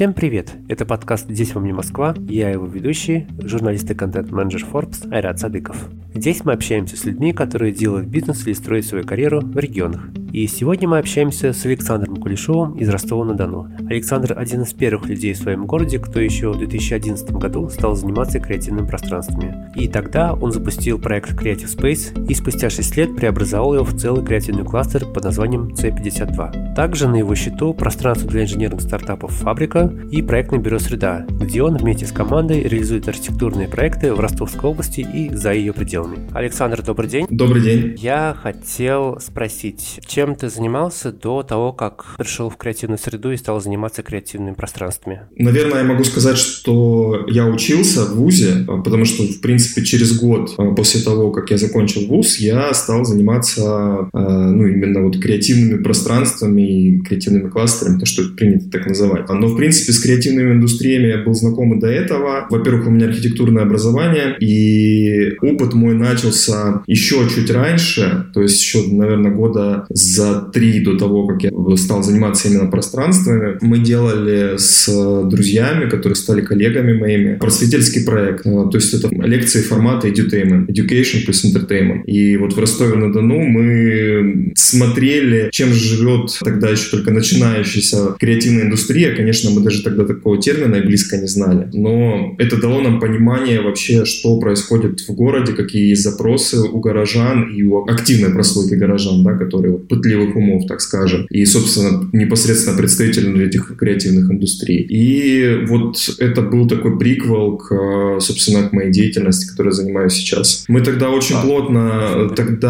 Всем привет! Это подкаст «Здесь вам не Москва», я его ведущий, журналист и контент-менеджер Forbes Айрат Садыков. Здесь мы общаемся с людьми, которые делают бизнес или строят свою карьеру в регионах. И сегодня мы общаемся с Александром Кулешовым из Ростова-на-Дону. Александр – один из первых людей в своем городе, кто еще в 2011 году стал заниматься креативными пространствами. И тогда он запустил проект Creative Space и спустя 6 лет преобразовал его в целый креативный кластер под названием C52. Также на его счету пространство для инженерных стартапов «Фабрика» и проектное бюро «Среда», где он вместе с командой реализует архитектурные проекты в Ростовской области и за ее пределами. Александр, добрый день. Добрый день. Я хотел спросить, чем ты занимался до того, как пришел в креативную среду и стал заниматься креативными пространствами? Наверное, я могу сказать, что я учился в вузе, потому что, в принципе, через год после того, как я закончил вуз, я стал заниматься именно креативными пространствами и креативными кластерами, то, что принято так называть. Но, в принципе, с креативными индустриями я был знаком и до этого. Во-первых, у меня архитектурное образование, и опыт мой начался еще чуть раньше, то есть еще, наверное, года за 3 до того, как я стал заниматься именно пространствами. Мы делали с друзьями, которые стали коллегами моими, просветительский проект. То есть это лекции формата edutainment, education плюс entertainment. И вот в Ростове-на-Дону мы смотрели, чем живет тогда еще только начинающаяся креативная индустрия. Конечно, мы даже тогда такого термина и близко не знали. Но это дало нам понимание вообще, что происходит в городе, какие есть запросы у горожан и у активной прослойки горожан, да, которые пытливых умов, так скажем, и, собственно, непосредственно представители этих креативных индустрий. И вот это был такой приквел собственно, к моей деятельности, которой я занимаюсь сейчас. Мы тогда очень плотно,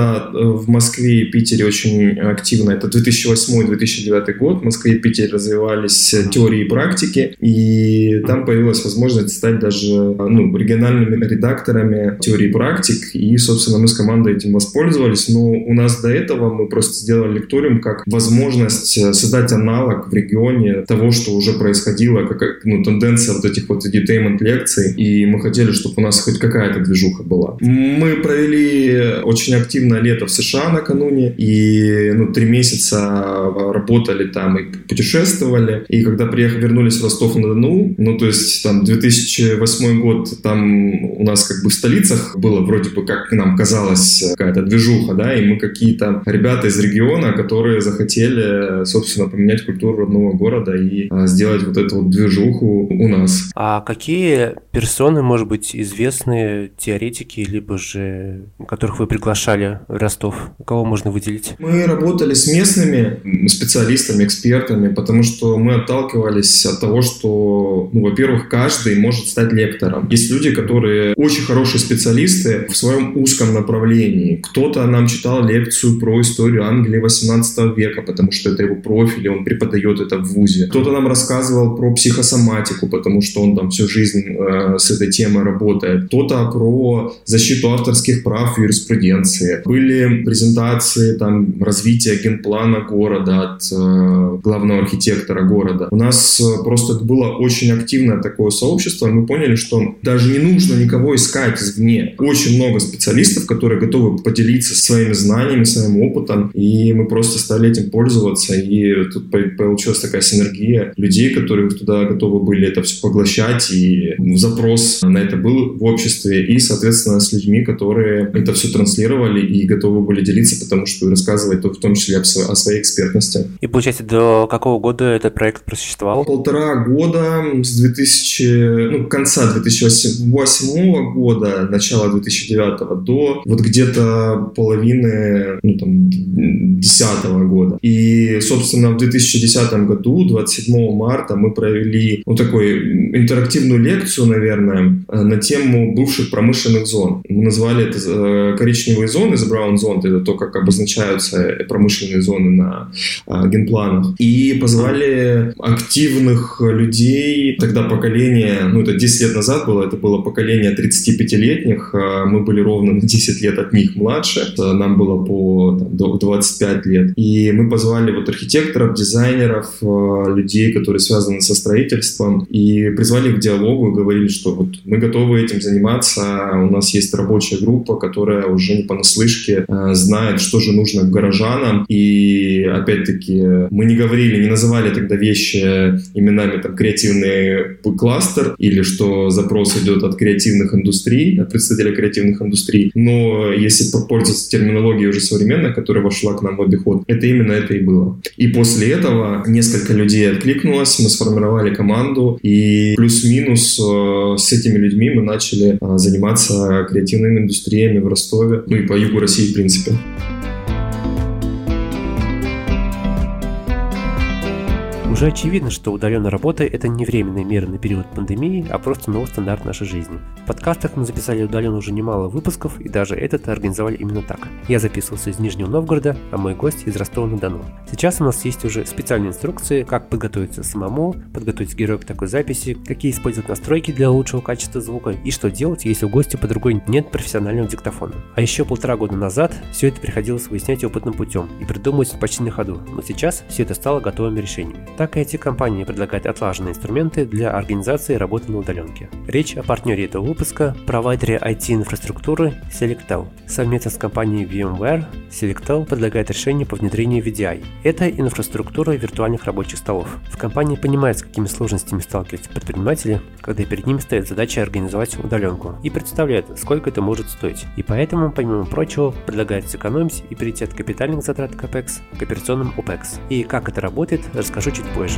в Москве и Питере очень активно, это 2008-2009 год, в Москве и Питере развивались теории и практики, и там появилась возможность стать даже региональными редакторами теории и практик, и, собственно, мы с командой этим воспользовались, но у нас до этого мы просто сделали лекториум как возможность создать аналог в регионе того, что уже происходило, как тенденция вот этих вот edutainment лекций, и мы хотели, чтобы у нас хоть какая-то движуха была. Мы провели очень активное лето в США накануне, и 3 месяца работали там и путешествовали, и когда вернулись в Ростов-на-Дону, то есть там 2008 год, там у нас как бы в столицах было вроде бы, как нам казалось, какая-то движуха, да, и мы какие-то ребята из региона, которые захотели, собственно, поменять культуру родного города и сделать вот эту вот движуху у нас. А какие персоны, может быть, известные теоретики, либо же которых вы приглашали в Ростов? Кого можно выделить? Мы работали с местными специалистами, экспертами, потому что мы отталкивались от того, что, во-первых, каждый может стать лектором. Есть люди, которые очень хорошие специалисты в своем узком направлении. Кто-то нам читал лекцию про историю Англии 18 века, потому что это его профиль, и он преподает это в вузе. Кто-то нам рассказывал про психосоматику, потому что он там всю жизнь с этой темой работает. Кто-то про защиту авторских прав в юриспруденции. Были презентации там развития генплана города от главного архитектора города. У нас просто было очень активное такое сообщество. Мы поняли, что даже не нужно никого искать извне. Очень много специалистов, которые готовы поделиться своими знаниями, своим опытом, и мы просто стали этим пользоваться, и тут получилась такая синергия людей, которые туда готовы были это все поглощать, и запрос на это был в обществе, и, соответственно, с людьми, которые это все транслировали и готовы были делиться, потому что рассказывать в том числе о своей экспертности. И, получается, до какого года этот проект просуществовал? 1,5 года, с конца 2008 года, начала 2009 до где-то половины 2010 года. И, собственно, в 2010 году, 27 марта, мы провели такую интерактивную лекцию, наверное, на тему бывших промышленных зон. Мы назвали это коричневые зоны, the brown zone, это то, как обозначаются промышленные зоны на генпланах. И позвали активных людей, тогда поколение, это 10 лет назад это было поколение 35-летних, мы были ровно на 10 лет от них младше, нам было до 25 25 лет. И мы позвали вот архитекторов, дизайнеров, людей, которые связаны со строительством, и призвали их к диалогу и говорили, что вот мы готовы этим заниматься, у нас есть рабочая группа, которая уже не понаслышке знает, что же нужно горожанам. И опять-таки мы не называли тогда вещи именами там креативный кластер или что запрос идет от креативных индустрий, от представителей креативных индустрий. Но если пользоваться терминологией уже современной, которая вошла к нам в обиход, это именно это и было. И после этого несколько людей откликнулось, мы сформировали команду, и плюс-минус с этими людьми мы начали заниматься креативными индустриями в Ростове, ну и по югу России в принципе. Уже очевидно, что удаленная работа – это не временная мера на период пандемии, а просто новый стандарт нашей жизни. В подкастах мы записали удаленно уже немало выпусков, и даже этот организовали именно так. Я записывался из Нижнего Новгорода, а мой гость из Ростова-на-Дону. Сейчас у нас есть уже специальные инструкции, как подготовиться самому, подготовить героя к такой записи, какие использовать настройки для лучшего качества звука и что делать, если у гостя под рукой нет профессионального диктофона. А еще 1,5 года назад все это приходилось выяснять опытным путем и придумывать почти на ходу, но сейчас все это стало готовыми решениями. Так IT-компания предлагает отлаженные инструменты для организации работы на удаленке. Речь о партнере этого выпуска – провайдере IT-инфраструктуры Selectel. Совместно с компанией VMware Selectel предлагает решение по внедрению VDI. Это инфраструктура виртуальных рабочих столов. В компании понимают, с какими сложностями сталкиваются предприниматели, когда перед ними стоит задача организовать удаленку, и представляют, сколько это может стоить. И поэтому, помимо прочего, предлагает сэкономить и перейти от капитальных затрат CAPEX к операционным OPEX. И как это работает, расскажу чуть позже.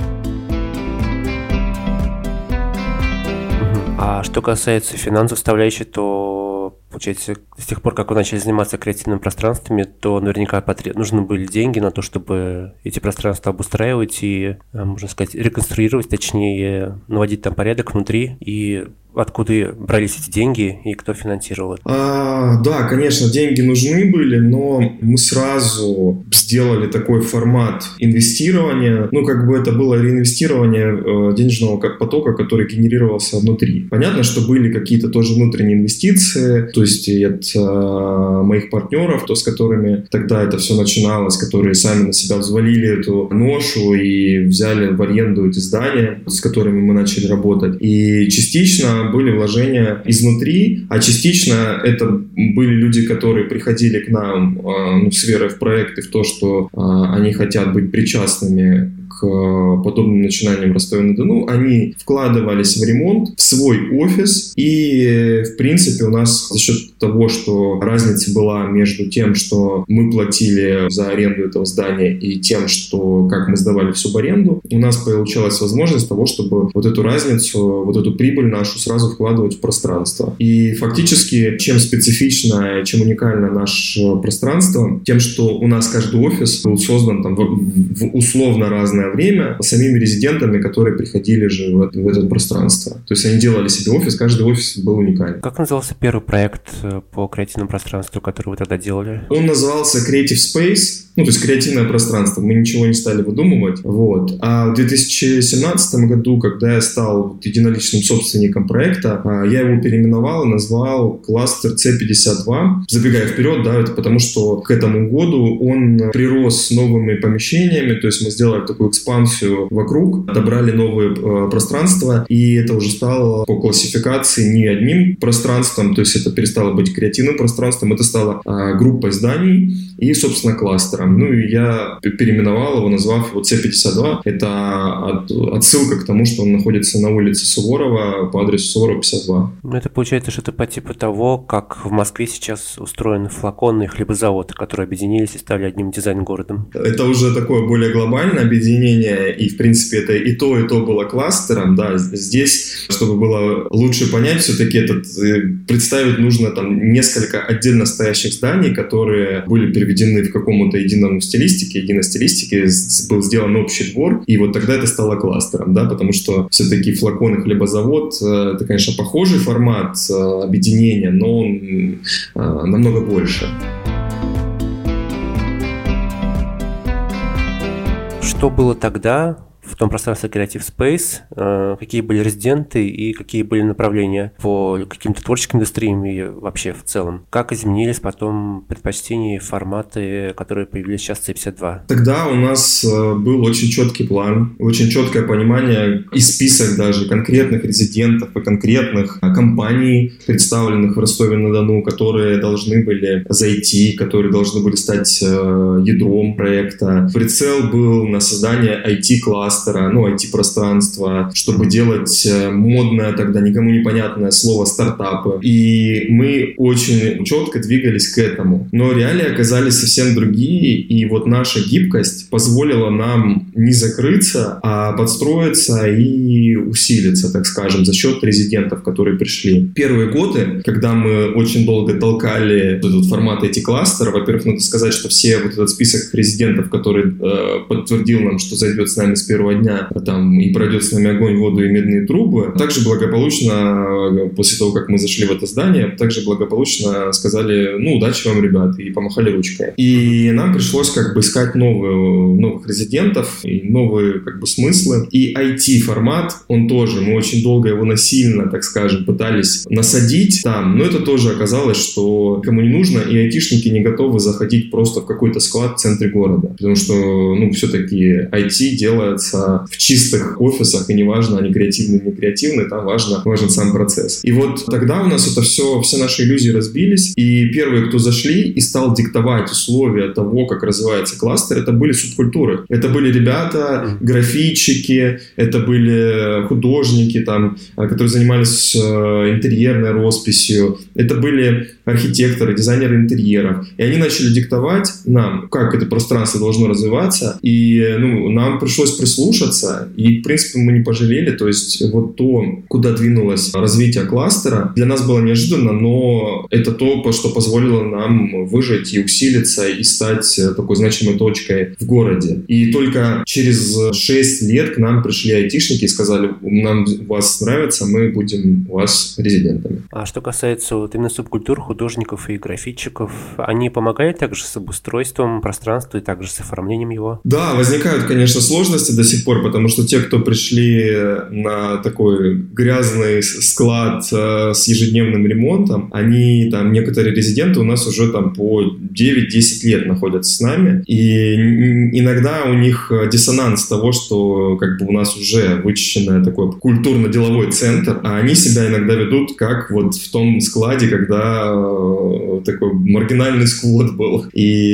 А что касается финансовой составляющей, то, получается, с тех пор, как вы начали заниматься креативными пространствами, то наверняка нужны были деньги на то, чтобы эти пространства обустраивать и, можно сказать, реконструировать, точнее, наводить там порядок внутри. И откуда брались эти деньги и кто финансировал это? Да, конечно, деньги нужны были, но мы сразу сделали такой формат инвестирования. Ну, как бы это было реинвестирование денежного потока, который генерировался внутри. Понятно, что были какие-то тоже внутренние инвестиции, то есть и от моих партнеров, с которыми тогда это все начиналось, которые сами на себя взвалили эту ношу и взяли в аренду эти здания, с которыми мы начали работать. И частично были вложения изнутри, а частично это были люди, которые приходили к нам с верой в проект и в то, что они хотят быть причастными к подобным начинаниям в Ростове-на-Дону. Они вкладывались в ремонт, в свой офис, и в принципе у нас за счет того, что разница была между тем, что мы платили за аренду этого здания, и тем, что как мы сдавали в субаренду, у нас получалась возможность того, чтобы вот эту разницу, вот эту прибыль нашу сразу вкладывать в пространство. И фактически, чем специфично, чем уникально наше пространство, тем, что у нас каждый офис был создан там в условно разное время самими резидентами, которые приходили же в это пространство. То есть они делали себе офис, каждый офис был уникален. Как назывался первый проект по креативному пространству, который вы тогда делали? Он назывался Creative Space, то есть креативное пространство. Мы ничего не стали выдумывать. Вот. А в 2017 году, когда я стал единоличным собственником проекта, я его переименовал и назвал кластер C52. Забегая вперед, это потому что к этому году он прирос новыми помещениями, то есть мы сделали такую экспансию вокруг, добрали новые пространства, и это уже стало по классификации не одним пространством, то есть это перестало быть креативным пространством, это стало группой зданий и, собственно, кластером. И я переименовал его, назвав его C52. Это отсылка к тому, что он находится на улице Суворова по адресу Суворова 52. Это получается что-то по типу того, как в Москве сейчас устроены флаконные хлебозаводы, которые объединились и стали одним дизайн-городом. Это уже такое более глобальное объединение, и, в принципе, это и то было кластером. Да. Здесь, чтобы было лучше понять, все-таки представить нужно там несколько отдельно стоящих зданий, которые были переведены в какому-то единой стилистике, был сделан общий двор, и вот тогда это стало кластером, потому что все-таки флакон и хлебозавод — это, конечно, похожий формат объединения, но он намного больше. Что было тогда, в том пространстве Creative Space, какие были резиденты и какие были направления по каким-то творческим индустриям и вообще в целом? Как изменились потом предпочтения и форматы, которые появились сейчас в C52? Тогда у нас был очень четкий план, очень четкое понимание и список даже конкретных резидентов и конкретных компаний, представленных в Ростове-на-Дону, которые должны были зайти, которые должны были стать ядром проекта. Прицел был на создание IT-кластера, IT-пространства, чтобы делать модное тогда, никому непонятное слово «стартапы». И мы очень четко двигались к этому. Но реалии оказались совсем другие, и вот наша гибкость позволила нам не закрыться, а подстроиться и усилиться, так скажем, за счет резидентов, которые пришли. Первые годы, когда мы очень долго толкали этот формат IT-кластера, во-первых, надо сказать, что все вот этот список резидентов, который подтвердил нам, что зайдет с нами с первого дня и пройдет с нами огонь, воду и медные трубы, также благополучно, после того, как мы зашли в это здание, также благополучно сказали, удачи вам, ребят, и помахали ручкой. И нам пришлось искать новых резидентов и новые смыслы. И IT-формат, он тоже, мы очень долго его насильно, так скажем, пытались насадить там, но это тоже оказалось, что кому не нужно, и айтишники не готовы заходить просто в какой-то склад в центре города, потому что, все-таки IT делается в чистых офисах, и неважно, они креативные, не креативные, там важен сам процесс. И вот тогда у нас все наши иллюзии разбились, и первые, кто зашли и стал диктовать условия того, как развивается кластер, это были субкультуры. Это были ребята, графитчики, это были художники, которые занимались интерьерной росписью, это были архитекторы, дизайнеры интерьеров. И они начали диктовать нам, как это пространство должно развиваться, и нам пришлось прислушаться, и, в принципе, мы не пожалели, то есть вот то, куда двинулось развитие кластера, для нас было неожиданно, но это то, что позволило нам выжить и усилиться, и стать такой значимой точкой в городе. И только через 6 лет к нам пришли айтишники и сказали, нам вас нравится, мы будем у вас резидентами. А что касается именно субкультур, художников и графитчиков, они помогают также с обустройством пространства и также с оформлением его? Да, возникают, конечно, сложности до сих пор, потому что те, кто пришли на такой грязный склад с ежедневным ремонтом, они некоторые резиденты у нас уже по 9-10 лет находятся с нами, и иногда у них диссонанс того, что у нас уже вычищенный такой культурно-деловой центр, а они себя иногда ведут как вот в том складе, когда такой маргинальный сквот был,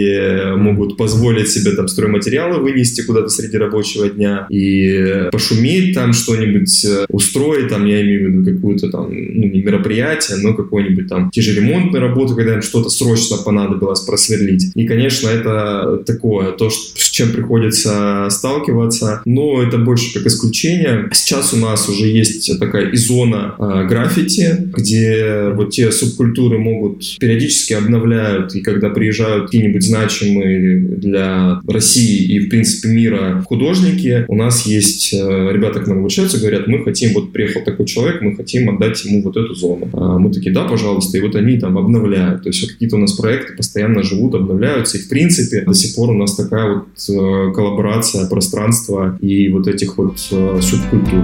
и могут позволить себе стройматериалы вынести куда-то среди рабочего дня и пошуметь что-нибудь устроить, я имею в виду какую-то не мероприятие, но какое-нибудь те же ремонтные работы, когда им что-то срочно понадобилось просверлить. И, конечно, это такое, то, с чем приходится сталкиваться, но это больше как исключение. Сейчас у нас уже есть такая зона граффити, где вот те субкультуры могут периодически обновляют, и когда приезжают какие-нибудь значимые для России и, в принципе, мира художники, у нас есть ребята к нам обращаются, говорят, мы хотим, приехал такой человек, мы хотим отдать ему вот эту зону. Мы такие, да, пожалуйста, и вот они обновляют. То есть какие-то у нас проекты постоянно живут, обновляются, и, в принципе, до сих пор у нас такая коллаборация пространства и вот этих субкультур.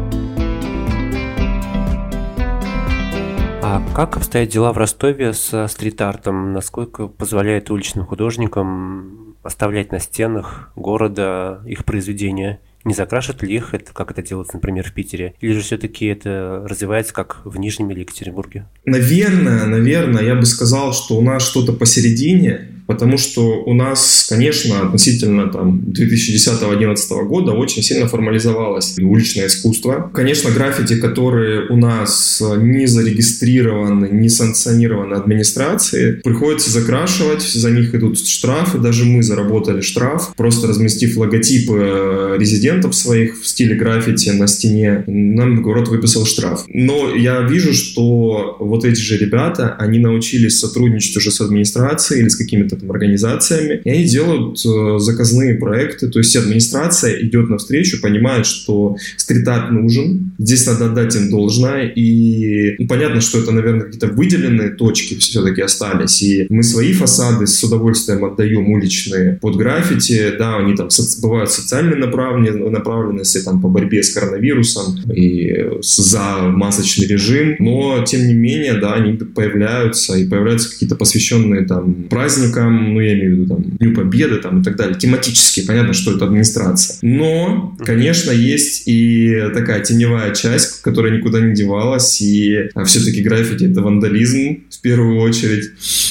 А как обстоят дела в Ростове со стрит-артом? Насколько позволяет уличным художникам оставлять на стенах города их произведения? Не закрашивают ли их, как это делается, например, в Питере? Или же все-таки это развивается, как в Нижнем или Екатеринбурге? Наверное, я бы сказал, что у нас что-то посередине, потому что у нас, конечно, относительно 2010-2011 года очень сильно формализовалось уличное искусство. Конечно, граффити, которые у нас не зарегистрированы, не санкционированы администрацией, приходится закрашивать, за них идут штрафы, даже мы заработали штраф, просто разместив логотипы резидентов своих в стиле граффити на стене, нам город выписал штраф. Но я вижу, что вот эти же ребята, они научились сотрудничать уже с администрацией или с какими-то там, организациями, и они делают заказные проекты, то есть администрация идет навстречу, понимает, что стрит-арт нужен, здесь надо отдать им должное, и понятно, что это, наверное, какие-то выделенные точки все-таки остались, и мы свои фасады с удовольствием отдаем уличные под граффити, да, они там бывают социальной направленности, там, по борьбе с коронавирусом и за масочный режим, но, тем не менее, да, они появляются какие-то посвященные там праздникам, я имею в виду там Дню Победы там, и так далее, тематические, понятно, что это администрация. Но, конечно, есть и такая теневая часть, которая никуда не девалась, и все-таки граффити — это вандализм в первую очередь.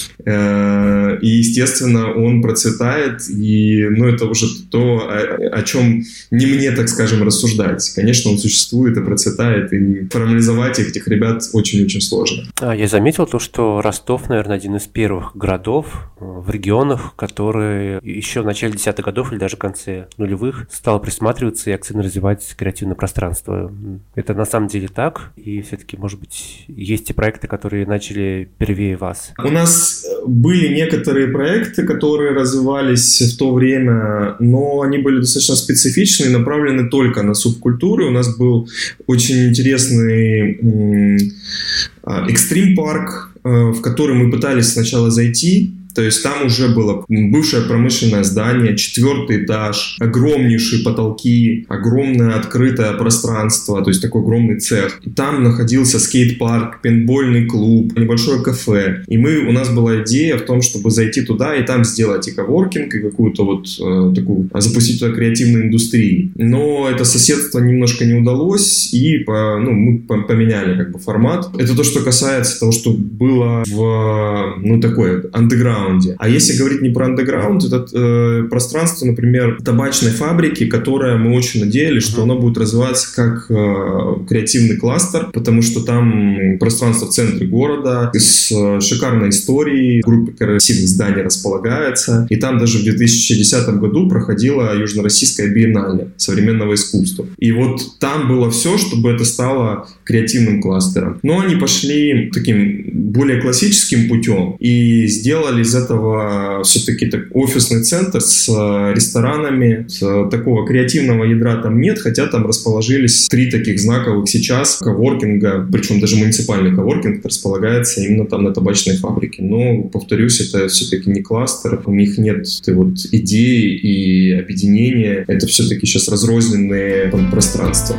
И, естественно, он процветает, и, это уже то, о чем не мне, так скажем, рассуждать. Конечно, он существует и процветает, и формализовать этих ребят очень-очень сложно. Я заметил то, что Ростов, наверное, один из первых городов в регионах, который еще в начале 10-х годов или даже в конце нулевых стал присматриваться и активно развивать креативное пространство. Это на самом деле так, и все-таки, может быть, есть и проекты, которые начали первее вас. У нас были некоторые проекты, которые развивались в то время, но они были достаточно специфичные, направлены только на субкультуры. У нас был очень интересный экстрим-парк, в который мы пытались сначала зайти. То есть там уже было бывшее промышленное здание, 4-й этаж, огромнейшие потолки, огромное открытое пространство, то есть такой огромный цех. И там находился скейт-парк, пейнтбольный клуб, небольшое кафе. И у нас была идея в том, чтобы зайти туда и там сделать и коворкинг, и какую-то такую, запустить туда креативную индустрию. Но это соседство немножко не удалось, и мы поменяли формат. Это то, что касается того, что было в такой андеграунд. А если говорить не про андеграунд, это пространство, например, табачной фабрики, которое мы очень надеялись, что оно будет развиваться как креативный кластер, потому что там пространство в центре города с шикарной историей, группа красивых зданий располагается, и там даже в 2010 году проходила Южно-Российская биеннале современного искусства. И там было все, чтобы это стало креативным кластером. Но они пошли таким более классическим путем и сделали из этого все-таки офисный центр с ресторанами. Такого креативного ядра там нет, хотя там расположились 3 таких знаковых сейчас коворкинга, причем даже муниципальный коворкинг располагается именно там на табачной фабрике. Но, повторюсь, это все-таки не кластер, у них нет идеи и объединения, это все-таки сейчас разрозненные пространства.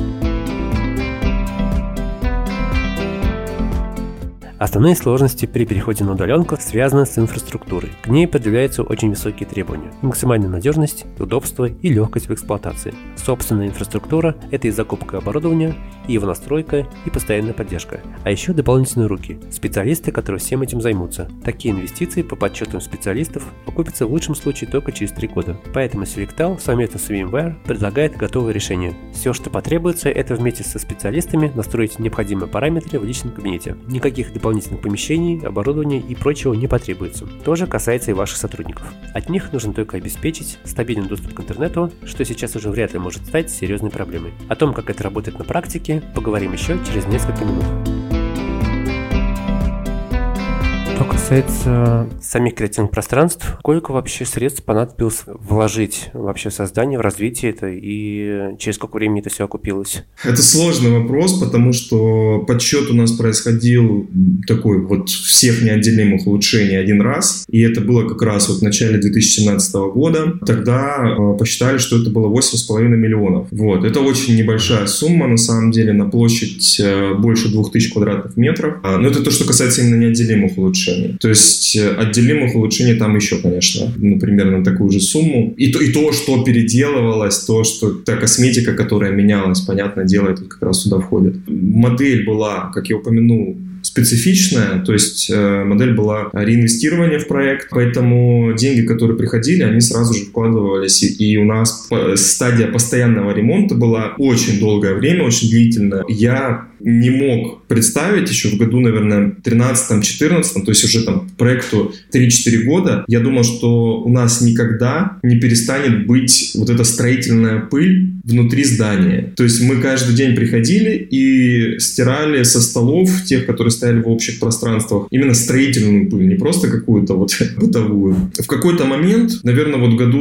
Основные сложности при переходе на удаленку связаны с инфраструктурой. К ней предъявляются очень высокие требования: максимальная надежность, удобство и легкость в эксплуатации. Собственная инфраструктура – это и закупка оборудования, и его настройка, и постоянная поддержка. А еще дополнительные руки – специалисты, которые всем этим займутся. Такие инвестиции, по подсчетам специалистов, окупятся в лучшем случае только через 3 года. Поэтому Selectal совместно с VMware предлагает готовое решение. Все, что потребуется, это вместе со специалистами настроить необходимые параметры в личном кабинете. Никаких дополнительных помещений, оборудования и прочего не потребуется. Тоже касается и ваших сотрудников. От них нужно только обеспечить стабильный доступ к интернету, что сейчас уже вряд ли может стать серьезной проблемой. О том, как это работает на практике, поговорим еще через несколько минут. Что касается самих креативных пространств, сколько вообще средств понадобилось вложить вообще в создание, в развитие это, и через сколько времени это все окупилось? Это сложный вопрос, потому что подсчет у нас происходил такой всех неотделимых улучшений один раз, и это было как раз в начале 2017 года. Тогда посчитали, что это было 8,5 миллионов. Это очень небольшая сумма, на самом деле, на площадь больше 2000 квадратных метров. Но это то, что касается именно неотделимых улучшений. То есть отделимых улучшений там еще, конечно, примерно такую же сумму. И то, что переделывалось, та косметика, которая менялась, понятное дело, это как раз сюда входит. Модель была, как я упомянул, специфичная, то есть модель была реинвестирования в проект, поэтому деньги, которые приходили, они сразу же вкладывались, и у нас стадия постоянного ремонта была очень долгое время, очень длительная. Я не мог представить еще в году, наверное, 13-14, то есть уже там проекту 3-4 года, я думал, что у нас никогда не перестанет быть вот эта строительная пыль внутри здания. То есть мы каждый день приходили и стирали со столов, тех, которые стояли в общих пространствах, именно строительную пыль, не просто какую-то вот бытовую. В какой-то момент, наверное, вот в году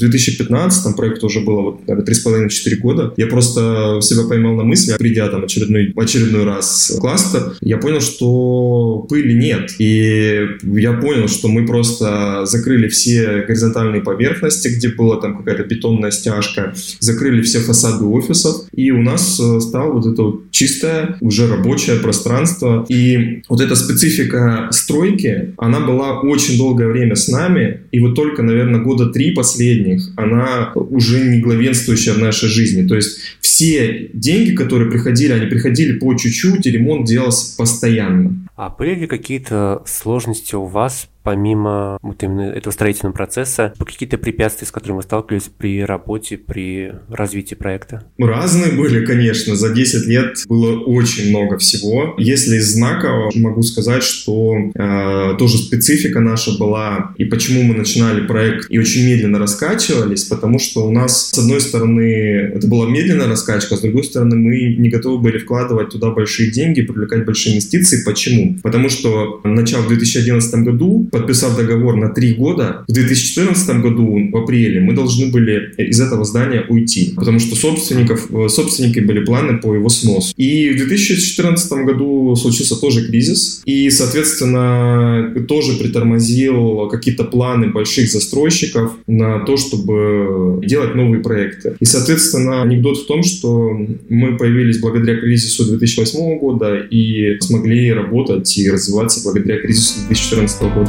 2015, проекту уже было вот, наверное, 3,5-4 года, я просто себя поймал на мысли, придя там очередной раз в кластер, я понял, что пыли нет. И я понял, что мы просто закрыли все горизонтальные поверхности, где была там какая-то бетонная стяжка, закрыли все фасады офисов, и у нас стало вот это вот чистое, уже рабочее пространство. И вот эта специфика стройки, она была очень долгое время с нами, и вот только, наверное, года 3 последних она уже не главенствующая в нашей жизни. То есть все деньги, которые приходили, они приходили по чуть-чуть, и ремонт делался постоянно. А были ли какие-то сложности у вас, помимо вот именно этого строительного процесса, какие-то препятствия, с которыми вы сталкивались при работе, при развитии проекта? Разные были, конечно. За 10 лет было очень много всего. Если из знакового, могу сказать, что тоже специфика наша была, и почему мы начинали проект и очень медленно раскачивались, потому что у нас, с одной стороны, это была медленная раскачка, с другой стороны, мы не готовы были вкладывать туда большие деньги, привлекать большие инвестиции. Почему? Потому что, начав в 2011 году, подписав договор на 3 года, в 2014 году, в апреле, мы должны были из этого здания уйти, потому что собственники были планы по его сносу. И в 2014 году случился тоже кризис, и, соответственно, тоже притормозил какие-то планы больших застройщиков на то, чтобы делать новые проекты. И, соответственно, анекдот в том, что мы появились благодаря кризису 2008 года и смогли работать и развиваться благодаря кризису 2014 года.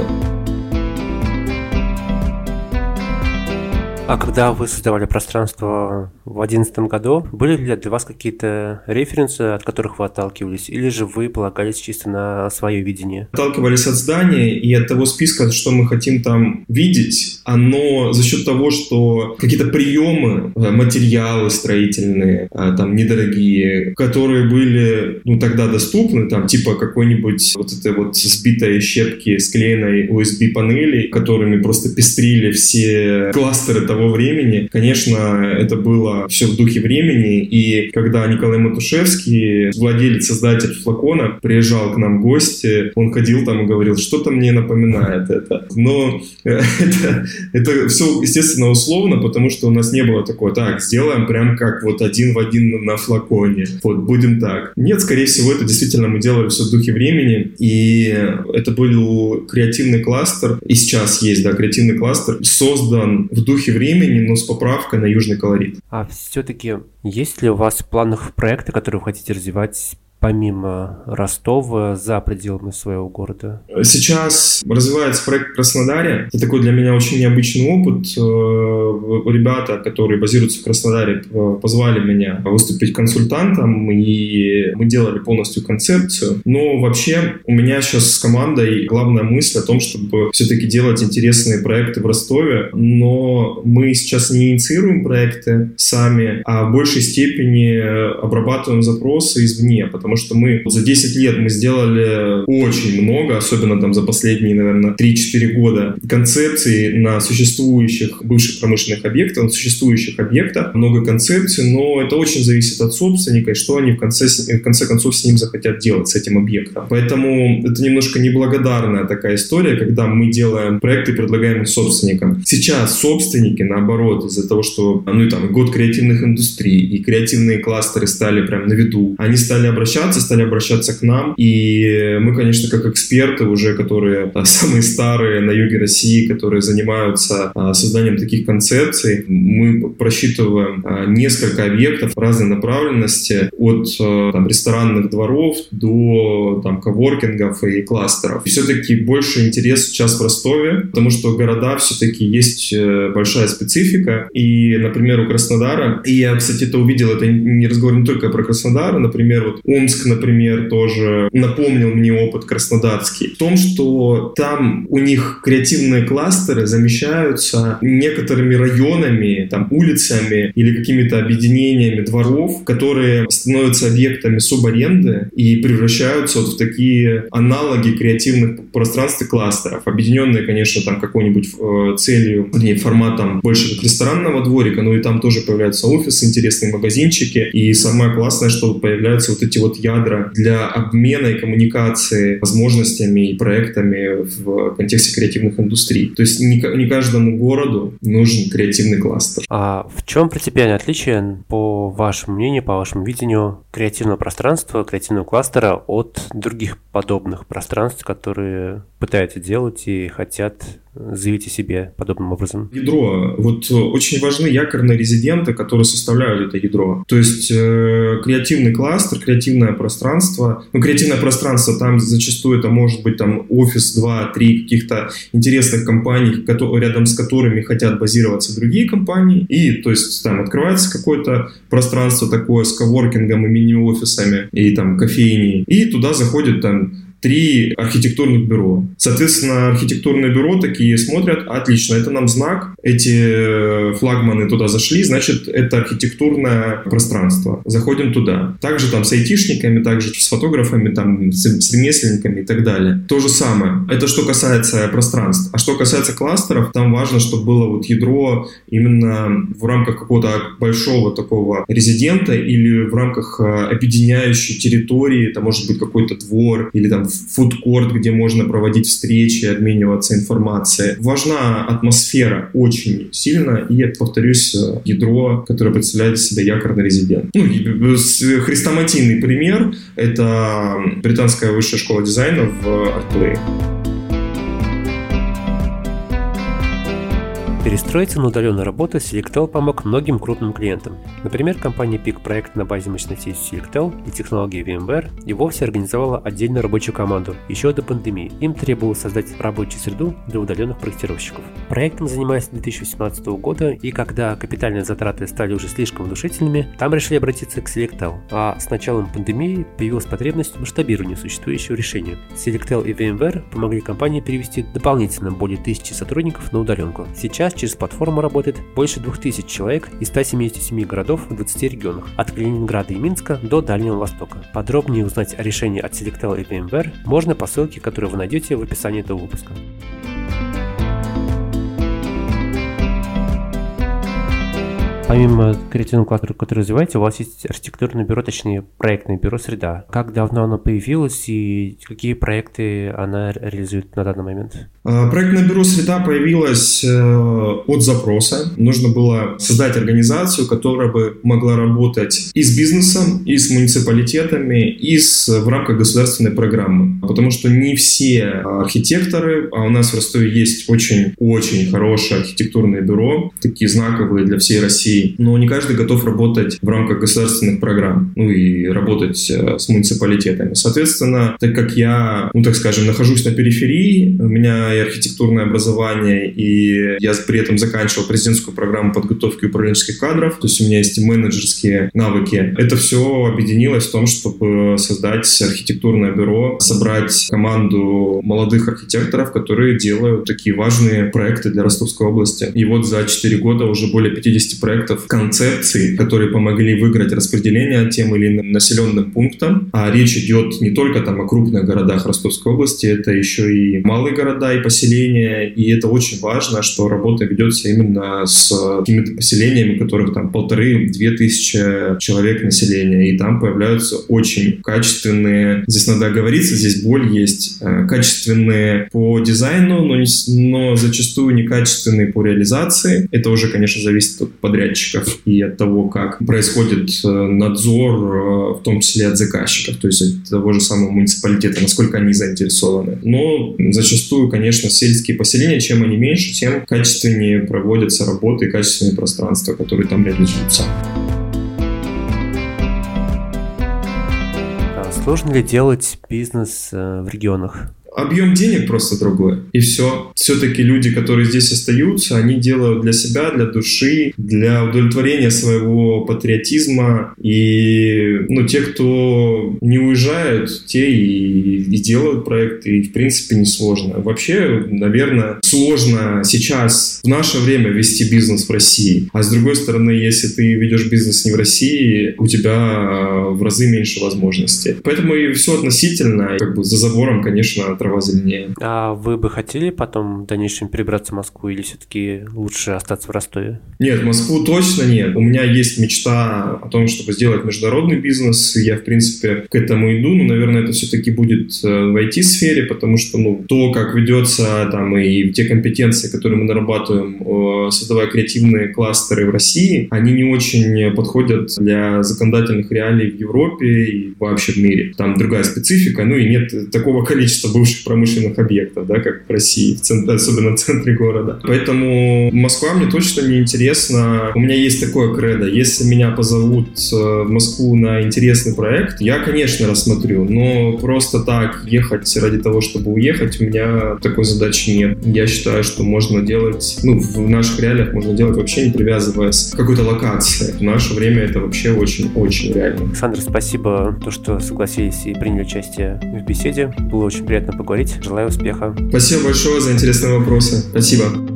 А когда вы создавали пространство в 2011 году, были ли для вас какие-то референсы, от которых вы отталкивались, или же вы полагались чисто на свое видение? Отталкивались от здания и от того списка, что мы хотим там видеть, оно за счет того, что какие-то приемы, материалы строительные, там недорогие, которые были тогда доступны, там типа какой-нибудь вот этой вот сбитой щепки склеенной USB-панели, которыми просто пестрили все кластеры того времени. Конечно, это было все в духе времени, и когда Николай Матушевский, владелец, создатель Флакона, приезжал к нам в гости, он ходил там и говорил, что-то мне напоминает это. Но это все, естественно, условно, потому что у нас не было такого, так, сделаем прям как вот один в один на Флаконе, вот, будем так. Нет, скорее всего, это действительно мы делали все в духе времени, и это был креативный кластер, и сейчас есть, да, креативный кластер, создан в духе времени, но с поправкой на южный колорит. А все-таки есть ли у вас в планах проекты, которые вы хотите развивать помимо Ростова за пределами своего города? Сейчас развивается проект в Краснодаре. Это такой для меня очень необычный опыт. Ребята, которые базируются в Краснодаре, позвали меня выступить консультантом, и мы делали полностью концепцию. Но вообще у меня сейчас с командой главная мысль о том, чтобы все-таки делать интересные проекты в Ростове, но мы сейчас не инициируем проекты сами, а в большей степени обрабатываем запросы извне, потому что мы за 10 лет мы сделали очень много, особенно там за последние, наверное, 3-4 года концепций на существующих бывших промышленных объектах, на существующих объектах, много концепций, но это очень зависит от собственника и что они в конце концов с ним захотят делать, с этим объектом. Поэтому это немножко неблагодарная такая история, когда мы делаем проекты и предлагаем их собственникам. Сейчас собственники, наоборот, из-за того, что год креативных индустрий и креативные кластеры стали прям на виду, они стали обращаться к нам, и мы, конечно, как эксперты уже, которые самые старые на юге России, которые занимаются созданием таких концепций, мы просчитываем несколько объектов разной направленности, от ресторанных дворов до коворкингов и кластеров. И все-таки больше интерес сейчас в Ростове, потому что города все-таки есть большая специфика, и, например, у Краснодара, и я, кстати, это увидел, это не разговор не только про Краснодар, например, вот Омск, например, тоже напомнил мне опыт краснодарский. В том, что там у них креативные кластеры замещаются некоторыми районами, там, улицами или какими-то объединениями дворов, которые становятся объектами субаренды и превращаются вот в такие аналоги креативных пространств и кластеров, объединенные, конечно, там какой-нибудь целью, форматом больше как ресторанного дворика, но и там тоже появляются офисы, интересные магазинчики, и самое классное, что появляются вот эти вот ядра для обмена и коммуникации возможностями и проектами в контексте креативных индустрий. То есть не каждому городу нужен креативный кластер. А в чем принципиальное отличие, по вашему мнению, по вашему видению, креативного пространства, креативного кластера от других подобных пространств, которые пытаются делать и хотят заявить о себе подобным образом? Ядро. Вот очень важны якорные резиденты, которые составляют это ядро. То есть креативный кластер, креативное пространство. Креативное пространство там зачастую это может быть там офис, 2-3 каких-то интересных компаний, рядом с которыми хотят базироваться другие компании. И то есть там открывается какое-то пространство такое с коворкингом и мини-офисами и там кофейней. И туда заходит там 3 архитектурных бюро. Соответственно, архитектурные бюро такие смотрят, отлично, это нам знак, эти флагманы туда зашли, значит, это архитектурное пространство. Заходим туда. Также там с айтишниками, также с фотографами, там, с ремесленниками и так далее. То же самое. Это что касается пространств. А что касается кластеров, там важно, чтобы было вот ядро именно в рамках какого-то большого такого резидента или в рамках объединяющей территории, это может быть какой-то двор или там фудкорт, где можно проводить встречи, обмениваться информацией. Важна атмосфера очень сильно и, повторюсь, ядро, которое представляет из себя якорный резидент. Хрестоматийный пример — это британская высшая школа дизайна в ArtPlay. Перестроиться на удаленную работу Selectel помог многим крупным клиентам. Например, компания Peak Проект на базе мощностей Selectel и технологии VMware и вовсе организовала отдельную рабочую команду еще до пандемии. Им требовалось создать рабочую среду для удаленных проектировщиков. Проектом занимались с 2017 года, и когда капитальные затраты стали уже слишком внушительными, там решили обратиться к Selectel. А с началом пандемии появилась потребность в масштабировании существующего решения. Selectel и VMware помогли компании перевести дополнительно более 1000 сотрудников на удаленку. Сейчас через платформу работает больше 2000 человек из 177 городов в 20 регионах, от Калининграда и Минска до Дальнего Востока. Подробнее узнать о решении от Selectel и VMware можно по ссылке, которую вы найдете в описании этого выпуска. Помимо креативного кластера, который развиваете, у вас есть архитектурное бюро, точнее проектное бюро «Среда». Как давно оно появилось и какие проекты она реализует на данный момент? Проектное бюро «Среда» появилось от запроса. Нужно было создать организацию, которая бы могла работать и с бизнесом, и с муниципалитетами, и в рамках государственной программы. Потому что не все архитекторы, а у нас в Ростове есть очень-очень хорошее архитектурное бюро, такие знаковые для всей России, но не каждый готов работать в рамках государственных программ, и работать с муниципалитетами. Соответственно, так как я, нахожусь на периферии, у меня и архитектурное образование, и я при этом заканчивал президентскую программу подготовки управленческих кадров, то есть у меня есть и менеджерские навыки. Это все объединилось в том, чтобы создать архитектурное бюро, собрать команду молодых архитекторов, которые делают такие важные проекты для Ростовской области. И вот за 4 года уже более 50 проектов, концепций, которые помогли выиграть распределение тем или иным населенным пунктам. А речь идет не только о крупных городах Ростовской области, это еще и малые города и поселения. И это очень важно, что работа ведется именно с какими-то поселениями, у которых 1500-2000 человек населения. И там появляются очень качественные, здесь надо оговориться, здесь боль есть, качественные по дизайну, но зачастую некачественные по реализации. Это уже, конечно, зависит от подрядчиков и от того, как происходит надзор, в том числе от заказчиков, то есть от того же самого муниципалитета, насколько они заинтересованы. Но зачастую, конечно, сельские поселения, чем они меньше, тем качественнее проводятся работы и качественные пространства, которые там реализуются. Сложно ли делать бизнес в регионах? объем денег просто другой. И все. Все-таки люди, которые здесь остаются, они делают для себя, для души, для удовлетворения своего патриотизма. И те, кто не уезжают, те и делают проекты. И, в принципе, не сложно. Вообще, наверное, сложно сейчас, в наше время, вести бизнес в России. А с другой стороны, если ты ведешь бизнес не в России, у тебя в разы меньше возможностей. Поэтому и все относительно. Как бы за забором, конечно, трава зеленее. А вы бы хотели потом в дальнейшем перебраться в Москву или все-таки лучше остаться в Ростове? Нет, в Москву точно нет. У меня есть мечта о том, чтобы сделать международный бизнес. Я, в принципе, к этому иду. Но, наверное, это все-таки будет в IT-сфере, потому что, то, как ведется там и те компетенции, которые мы нарабатываем, создавая креативные кластеры в России, они не очень подходят для законодательных реалий в Европе и вообще в мире. Там другая специфика, и нет такого количества бывших промышленных объектов, да, как в России, особенно в центре города. Поэтому Москва мне точно не интересна. У меня есть такое кредо. Если меня позовут в Москву на интересный проект, я, конечно, рассмотрю, но просто так ехать ради того, чтобы уехать, у меня такой задачи нет. Я считаю, что можно делать, в наших реалиях можно делать вообще не привязываясь к какой-то локации. В наше время это вообще очень-очень реально. Александр, спасибо, что согласились и приняли участие в беседе. Было очень приятно поговорить. Желаю успеха. Спасибо большое за интересные вопросы. Спасибо.